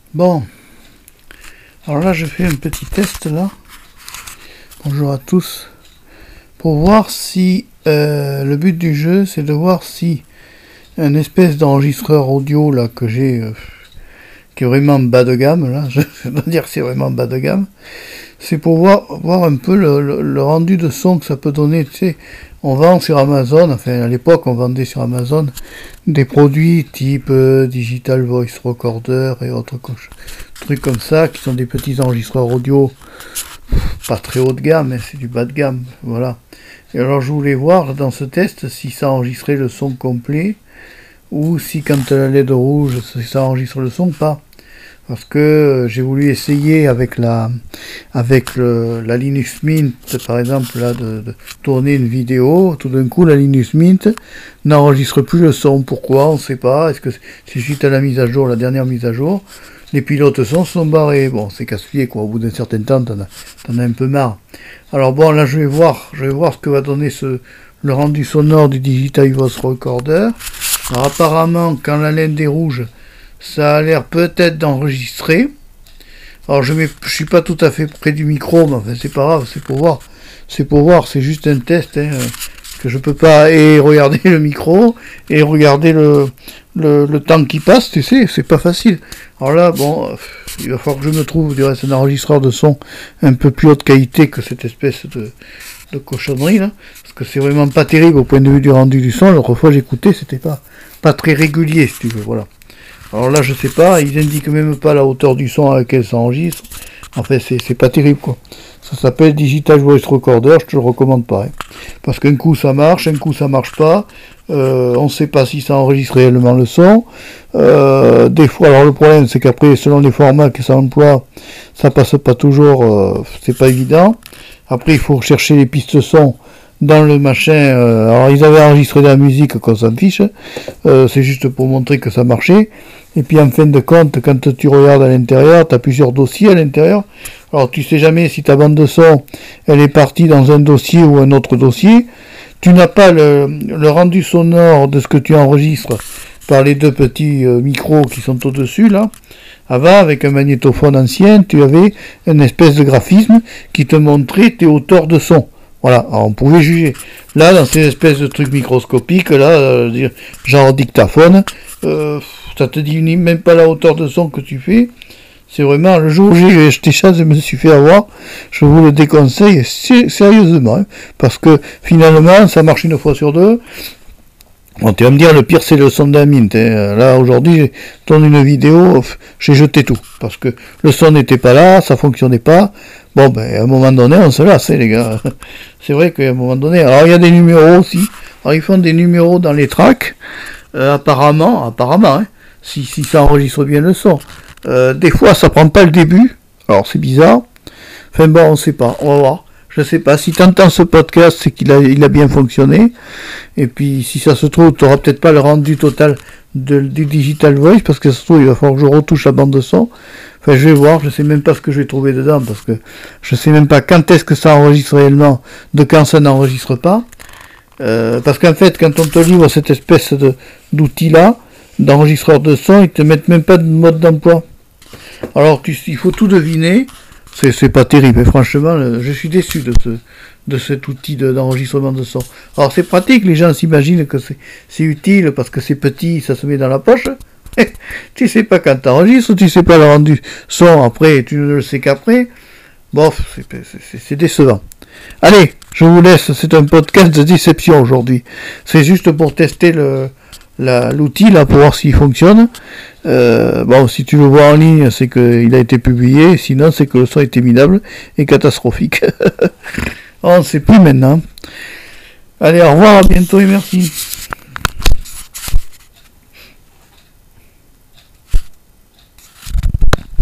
Bon, alors là je fais un petit test là. Bonjour à tous. Pour voir si le but du jeu c'est de voir si un espèce d'enregistreur audio là que j'ai qui est vraiment bas de gamme là, je dois dire que c'est vraiment bas de gamme. C'est pour voir un peu le rendu de son que ça peut donner. Tu sais, on vend sur Amazon, enfin à l'époque on vendait sur Amazon des produits type Digital Voice Recorder et autres trucs comme ça, qui sont des petits enregistreurs audio, pas très haut de gamme, mais c'est du bas de gamme, voilà. Et alors je voulais voir dans ce test si ça enregistrait le son complet, ou si quand la LED rouge, si ça enregistre le son ou pas. Parce que j'ai voulu essayer avec la Linux Mint, par exemple, là, de tourner une vidéo. Tout d'un coup, la Linux Mint n'enregistre plus le son. Pourquoi? On ne sait pas. Est-ce que c'est suite à la mise à jour, la dernière mise à jour? Les pilotes son sont barrés. Bon, c'est casse-pied, quoi. Au bout d'un certain temps, t'en as un peu marre. Alors bon, là, je vais voir ce que va donner le rendu sonore du Digital Voice Recorder. Alors apparemment, quand la LED est rouge, ça a l'air peut-être d'enregistrer. Alors je suis pas tout à fait près du micro, mais enfin c'est pas grave, c'est pour voir, c'est juste un test, hein, que je peux pas et regarder le micro et regarder le temps qui passe, tu sais, c'est pas facile. Alors là, bon, il va falloir que je me trouve du reste un enregistreur de son un peu plus haute qualité que cette espèce de cochonnerie là, parce que c'est vraiment pas terrible au point de vue du rendu du son. L'autre fois j'écoutais, c'était pas très régulier, si tu veux, voilà. Alors là, je sais pas, ils indiquent même pas la hauteur du son à laquelle ça enregistre. En fait, c'est pas terrible, quoi. Ça s'appelle Digital Voice Recorder, je te le recommande pas. Hein. Parce qu'un coup ça marche, un coup ça marche pas. On sait pas si ça enregistre réellement le son. Des fois, alors le problème, c'est qu'après, selon les formats que ça emploie, ça passe pas toujours, c'est pas évident. Après, il faut chercher les pistes son dans le machin. Alors ils avaient enregistré de la musique, qu'on s'en fiche, c'est juste pour montrer que ça marchait. Et puis en fin de compte, quand tu regardes à l'intérieur, tu as plusieurs dossiers à l'intérieur. Alors tu sais jamais si ta bande de son elle est partie dans un dossier ou un autre dossier. Tu n'as pas le rendu sonore de ce que tu enregistres par les deux petits micros qui sont au-dessus là. Avant, avec un magnétophone ancien, tu avais une espèce de graphisme qui te montrait tes hauteurs de son. Voilà, alors on pouvait juger. Là, dans ces espèces de trucs microscopiques, là, genre dictaphone, ça te dit même pas la hauteur de son que tu fais. C'est vraiment, le jour où j'ai acheté ça, je me suis fait avoir, je vous le déconseille sérieusement, hein, parce que finalement, ça marche une fois sur deux. Bon, tu vas me dire, le pire c'est le son d'un Mint. Hein. Là, aujourd'hui, j'ai tourné une vidéo, j'ai jeté tout, parce que le son n'était pas là, ça fonctionnait pas. Bon, ben, à un moment donné, on se lasse, hein, les gars. C'est vrai qu'à un moment donné, alors il y a des numéros aussi. Alors, ils font des numéros dans les tracks, apparemment, hein, si ça enregistre bien le son. Des fois, ça prend pas le début, alors c'est bizarre. Enfin bon, on sait pas, on va voir. Je sais pas, si tu entends ce podcast, c'est qu'il a bien fonctionné. Et puis, si ça se trouve, tu n'auras peut-être pas le rendu total du Digital Voice, parce que ça se trouve, il va falloir que je retouche la bande de son. Enfin, je vais voir, je sais même pas ce que je vais trouver dedans, parce que je sais même pas quand est-ce que ça enregistre réellement, de quand ça n'enregistre pas. Parce qu'en fait, quand on te livre cette espèce d'outil-là, d'enregistreur de son, ils te mettent même pas de mode d'emploi. Alors, il faut tout deviner. C'est pas terrible, et franchement, je suis déçu de cet outil d'enregistrement de son. Alors c'est pratique, les gens s'imaginent que c'est utile parce que c'est petit, ça se met dans la poche. Tu sais pas quand t'enregistres, tu sais pas le rendu son après, tu ne le sais qu'après. Bon, c'est décevant. Allez, je vous laisse, c'est un podcast de déception aujourd'hui. C'est juste pour tester l'outil là pour voir s'il fonctionne. Bon, si tu le vois en ligne, c'est qu'il a été publié, sinon c'est que le son était minable et catastrophique. On ne sait plus maintenant. Allez, au revoir, à bientôt et merci.